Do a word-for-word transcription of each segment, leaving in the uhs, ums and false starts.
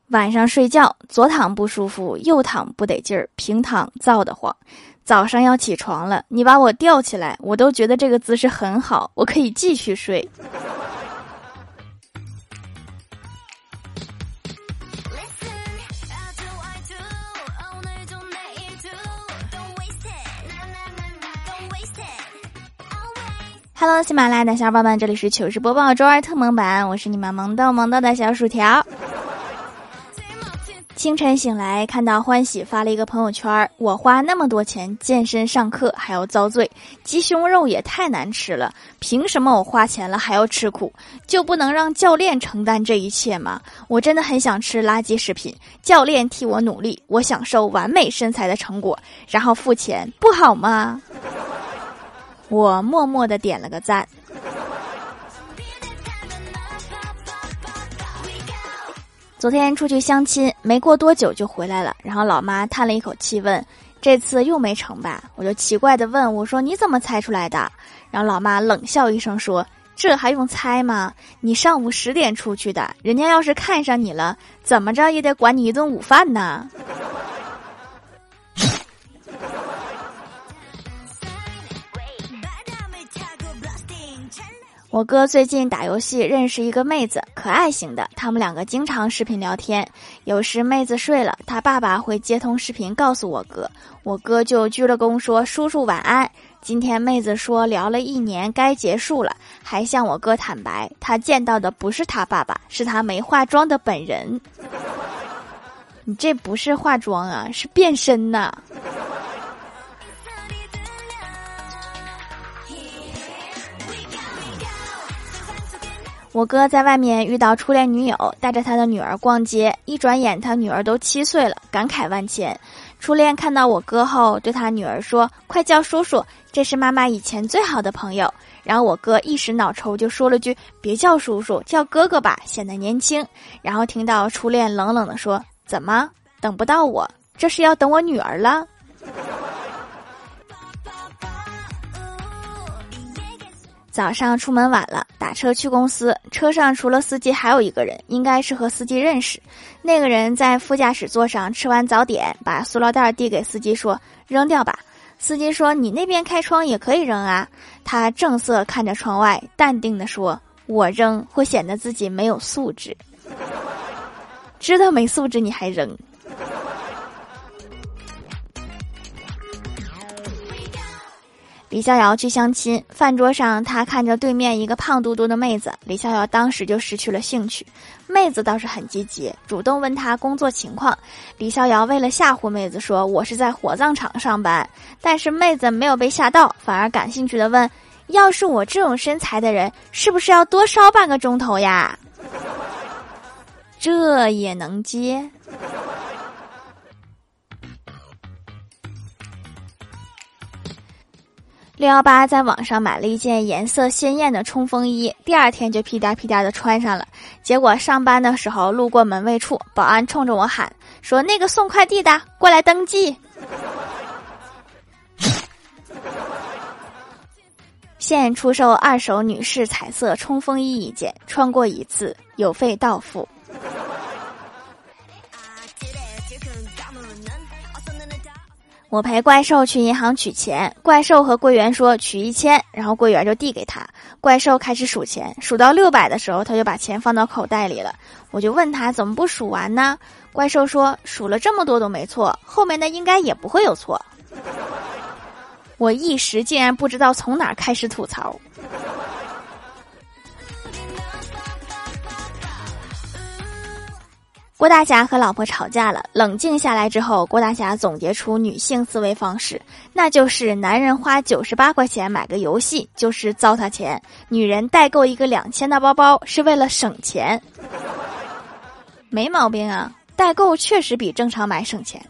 晚上睡觉，左躺不舒服，右躺不得劲儿，平躺燥得慌。早上要起床了，你把我吊起来，我都觉得这个姿势很好，我可以继续睡。Hello， 喜马拉雅的小伙伴们，这里是糗事播报周二特萌版，我是你们萌豆萌豆的小薯条。清晨醒来，看到欢喜发了一个朋友圈，我花那么多钱健身上课还要遭罪，鸡胸肉也太难吃了，凭什么我花钱了还要吃苦？就不能让教练承担这一切吗？我真的很想吃垃圾食品，教练替我努力，我享受完美身材的成果，然后付钱，不好吗？我默默地点了个赞。昨天出去相亲，没过多久就回来了，然后老妈叹了一口气问，这次又没成吧？我就奇怪地问，我说你怎么猜出来的？然后老妈冷笑一声说，这还用猜吗？你上午十点出去的，人家要是看上你了，怎么着也得管你一顿午饭呢。我哥最近打游戏认识一个妹子，可爱型的，他们两个经常视频聊天，有时妹子睡了，他爸爸会接通视频告诉我哥，我哥就鞠了躬说叔叔晚安。今天妹子说聊了一年该结束了，还向我哥坦白，他见到的不是他爸爸，是他没化妆的本人。你这不是化妆啊，是变身呐。我哥在外面遇到初恋女友，带着他的女儿逛街，一转眼他女儿都七岁了，感慨万千。初恋看到我哥后，对他女儿说，快叫叔叔，这是妈妈以前最好的朋友。然后我哥一时脑抽就说了句，别叫叔叔，叫哥哥吧，显得年轻。然后听到初恋冷冷地说，怎么等不到我？这是要等我女儿了？早上出门晚了，打车去公司，车上除了司机还有一个人，应该是和司机认识。那个人在副驾驶座上吃完早点，把塑料袋递给司机说，扔掉吧。司机说，你那边开窗也可以扔啊。他正色看着窗外，淡定地说，我扔会显得自己没有素质。知道没素质你还扔。李逍遥去相亲，饭桌上他看着对面一个胖嘟嘟的妹子，李逍遥当时就失去了兴趣。妹子倒是很积极，主动问他工作情况。李逍遥为了吓唬妹子说，我是在火葬场上班。但是妹子没有被吓到，反而感兴趣地问，要是我这种身材的人，是不是要多烧半个钟头呀？这也能接？六一八在网上买了一件颜色鲜艳的冲锋衣，第二天就屁颠屁颠的穿上了。结果上班的时候路过门卫处，保安冲着我喊说，那个送快递的过来登记。现出售二手女士彩色冲锋衣一件，穿过一次有费到付。我陪怪兽去银行取钱，怪兽和柜员说取一千，然后柜员就递给他。怪兽开始数钱，数到六百的时候，他就把钱放到口袋里了。我就问他怎么不数完呢？怪兽说数了这么多都没错，后面的应该也不会有错。我一时竟然不知道从哪儿开始吐槽。郭大侠和老婆吵架了，冷静下来之后，郭大侠总结出女性思维方式，那就是男人花九十八块钱买个游戏就是糟蹋钱，女人代购一个两千的包包是为了省钱。没毛病啊，代购确实比正常买省钱。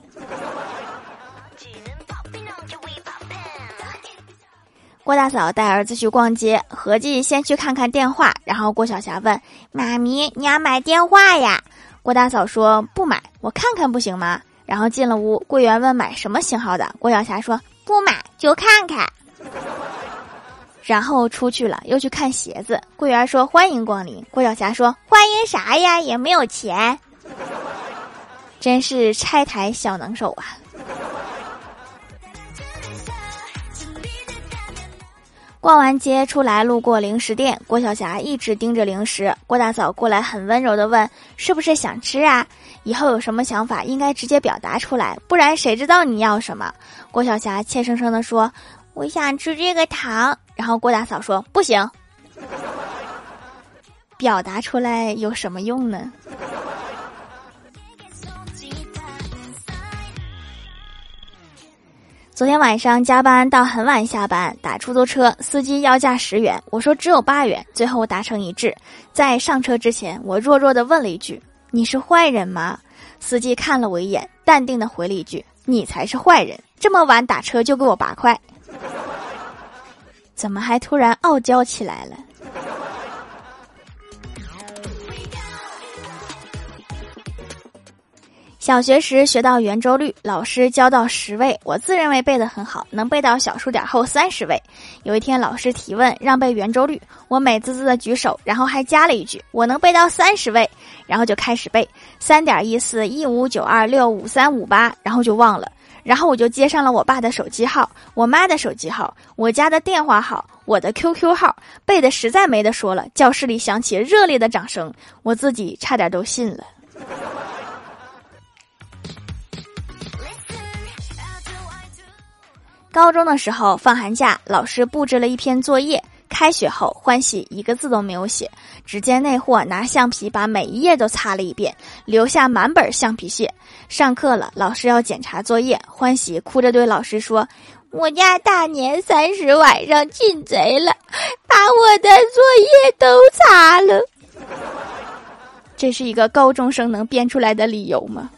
郭大嫂带儿子去逛街，合计先去看看电话，然后郭晓霞问妈咪，你要买电话呀？郭大嫂说不买，我看看不行吗？然后进了屋，柜员问买什么型号的，郭晓霞说不买就看看。然后出去了，又去看鞋子，柜员说欢迎光临，郭晓霞说欢迎啥呀，也没有钱。 真是拆台小能手啊。逛完街出来，路过零食店，郭晓霞一直盯着零食。郭大嫂过来很温柔地问，是不是想吃啊？以后有什么想法应该直接表达出来，不然谁知道你要什么。郭晓霞怯生生地说，我想吃这个糖。然后郭大嫂说，不行。表达出来有什么用呢？昨天晚上加班到很晚下班，打出租车，司机要价十元，我说只有八元，最后达成一致。在上车之前，我弱弱地问了一句，你是坏人吗？司机看了我一眼，淡定地回了一句，你才是坏人，这么晚打车就给我八块。怎么还突然傲娇起来了？小学时学到圆周率，老师教到十位，我自认为背得很好，能背到小数点后三十位。有一天老师提问让背圆周率，我美滋滋的举手，然后还加了一句我能背到三十位，然后就开始背三点一四一五九二六五三五八，然后就忘了。然后我就接上了我爸的手机号，我妈的手机号，我家的电话号，我的 Q Q 号，背的实在没得说了。教室里响起热烈的掌声，我自己差点都信了。高中的时候放寒假，老师布置了一篇作业，开学后欢喜一个字都没有写，只见那货拿橡皮把每一页都擦了一遍，留下满本橡皮屑。上课了，老师要检查作业，欢喜哭着对老师说，我家大年三十晚上进贼了，把我的作业都擦了。这是一个高中生能编出来的理由吗？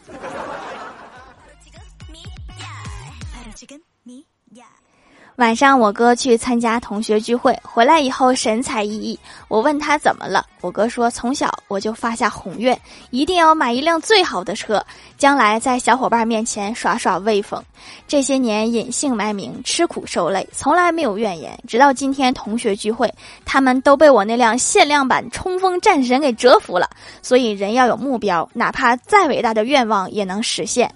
晚上我哥去参加同学聚会，回来以后神采奕奕，我问他怎么了，我哥说从小我就发下宏愿，一定要买一辆最好的车，将来在小伙伴面前耍耍威风。这些年隐姓埋名，吃苦受累，从来没有怨言，直到今天同学聚会，他们都被我那辆限量版冲锋战神给折服了。所以人要有目标，哪怕再伟大的愿望也能实现。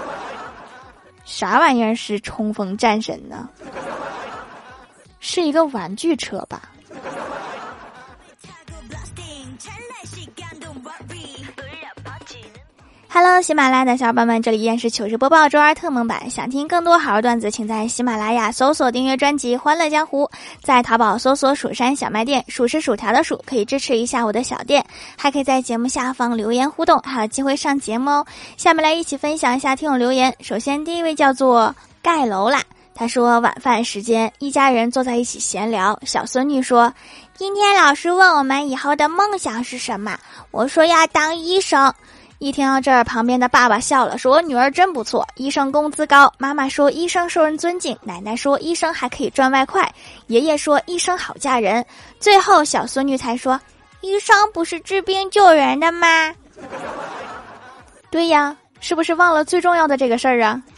啥玩意儿是冲锋战神呢？是一个玩具车吧。Hello， 喜马拉雅的小伙伴们，这里依然是糗事播报周二特蒙版。想听更多好玩段子，请在喜马拉雅搜索订阅专辑《欢乐江湖》，在淘宝搜索蜀山小卖店，蜀是薯条的蜀，可以支持一下我的小店，还可以在节目下方留言互动，还有机会上节目哦。下面来一起分享一下听友留言。首先第一位叫做盖楼啦，他说晚饭时间，一家人坐在一起闲聊，小孙女说，今天老师问我们以后的梦想是什么，我说要当医生。一听到这儿，旁边的爸爸笑了，说我女儿真不错，医生工资高。妈妈说医生受人尊敬，奶奶说医生还可以赚外快，爷爷说医生好嫁人，最后小孙女才说医生不是治病救人的吗？对呀，是不是忘了最重要的这个事儿啊？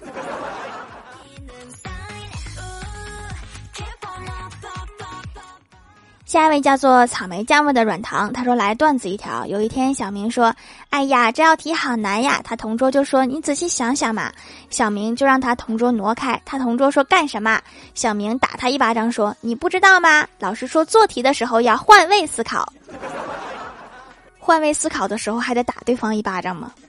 下一位叫做草莓酱味的软糖，他说来段子一条。有一天小明说，哎呀这道题好难呀，他同桌就说你仔细想想嘛。小明就让他同桌挪开，他同桌说干什么？小明打他一巴掌说，你不知道吗？老师说做题的时候要换位思考。换位思考的时候还得打对方一巴掌吗？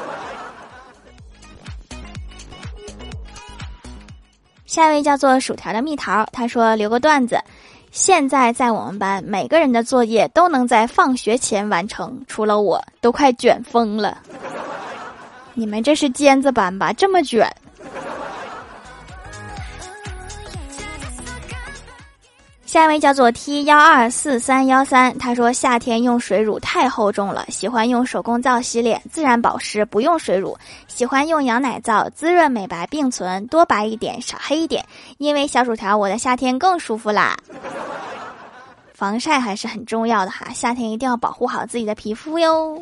下一位叫做薯条的蜜桃，他说留个段子，现在在我们班每个人的作业都能在放学前完成，除了我，都快卷疯了。你们这是尖子班吧？这么卷。下一位叫做 T 一二四三一三，他说夏天用水乳太厚重了，喜欢用手工皂洗脸，自然保湿不用水乳，喜欢用羊奶皂，滋润美白并存，多白一点少黑一点，因为小薯条我的夏天更舒服啦。防晒还是很重要的哈，夏天一定要保护好自己的皮肤哟。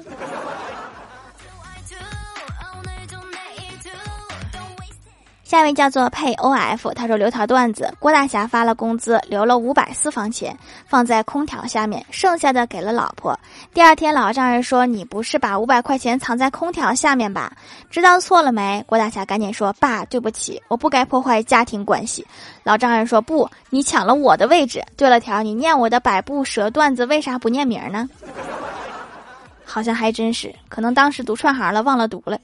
下一位叫做配 O F， 他说留条段子，郭大侠发了工资，留了五百私房钱放在空调下面，剩下的给了老婆。第二天老丈人说，你不是把五百块钱藏在空调下面吧？知道错了没？郭大侠赶紧说，爸对不起，我不该破坏家庭关系。老丈人说，不，你抢了我的位置。对了条，你念我的百步蛇段子为啥不念名呢？好像还真是，可能当时读串行了忘了读了。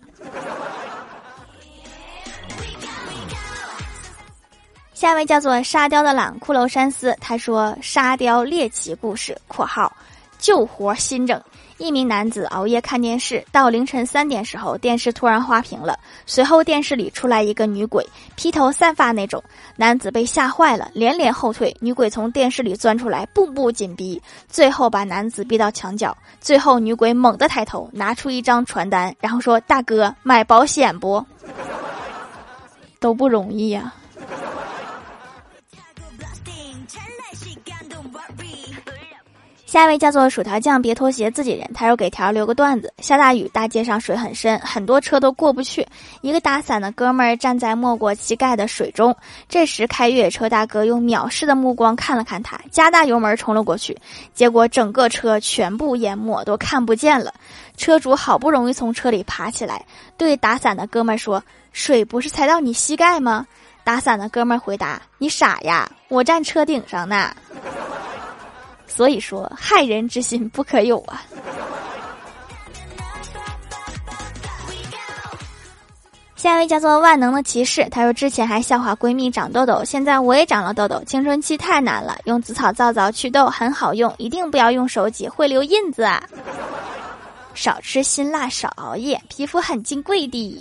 下一位叫做沙雕的懒骷髅山斯，他说沙雕猎奇故事（括号救活新整）。一名男子熬夜看电视，到凌晨三点时候，电视突然花屏了，随后电视里出来一个女鬼，披头散发那种。男子被吓坏了，连连后退，女鬼从电视里钻出来，步步紧逼，最后把男子逼到墙角。最后女鬼猛地抬头，拿出一张传单，然后说，大哥买保险不？都不容易呀、啊。下一位叫做薯条酱别拖鞋自己人，他说给条留个段子，下大雨，大街上水很深，很多车都过不去，一个打伞的哥们儿站在没过膝盖的水中，这时开越野车大哥用藐视的目光看了看他，加大油门冲了过去，结果整个车全部淹没，都看不见了。车主好不容易从车里爬起来，对打伞的哥们儿说，水不是才到你膝盖吗？打伞的哥们儿回答，你傻呀，我站车顶上呢。所以说害人之心不可有啊。下一位叫做万能的骑士，他说之前还笑话闺蜜长痘痘，现在我也长了痘痘，青春期太难了，用紫草皂皂祛痘很好用，一定不要用手挤，会留印子啊。少吃辛辣，少熬夜，皮肤很金贵的。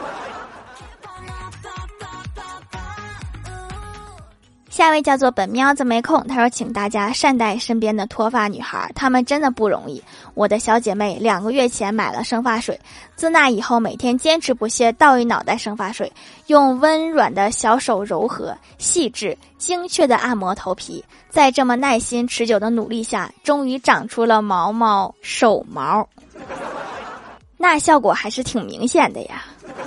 下一位叫做本喵子没空，他说请大家善待身边的脱发女孩，她们真的不容易。我的小姐妹两个月前买了生发水，自那以后每天坚持不懈倒一脑袋生发水，用温软的小手柔和细致精确的按摩头皮，在这么耐心持久的努力下，终于长出了毛毛手毛，那效果还是挺明显的呀。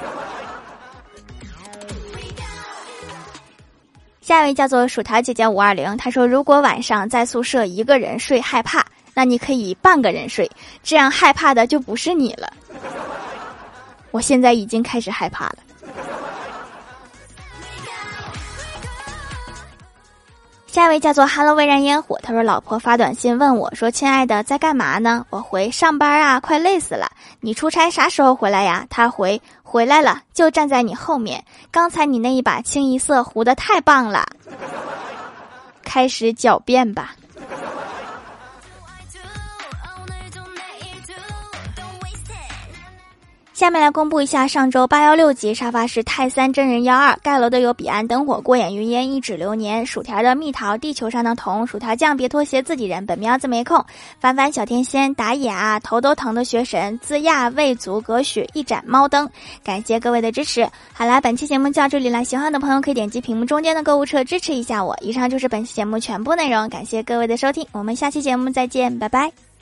下一位叫做薯条姐姐五二零，她说如果晚上在宿舍一个人睡害怕，那你可以半个人睡，这样害怕的就不是你了。我现在已经开始害怕了。下一位叫做哈喽微燃烟火，他说老婆发短信问我说，亲爱的在干嘛呢？我回上班啊，快累死了。你出差啥时候回来呀？他回回来了，就站在你后面，刚才你那一把清一色糊得太棒了。开始狡辩吧。下面来公布一下上周八幺六集沙发是泰三真人幺二，盖楼的有彼岸灯火、过眼云烟、一指流年、薯条的蜜桃、地球上的童、薯条酱别拖鞋自己人、本喵子没空、凡凡小天仙、打野啊、头都疼的学神、自亚、未足、葛许、一盏猫灯，感谢各位的支持。好啦，本期节目就到这里了，喜欢的朋友可以点击屏幕中间的购物车支持一下我。以上就是本期节目全部内容，感谢各位的收听，我们下期节目再见，拜拜。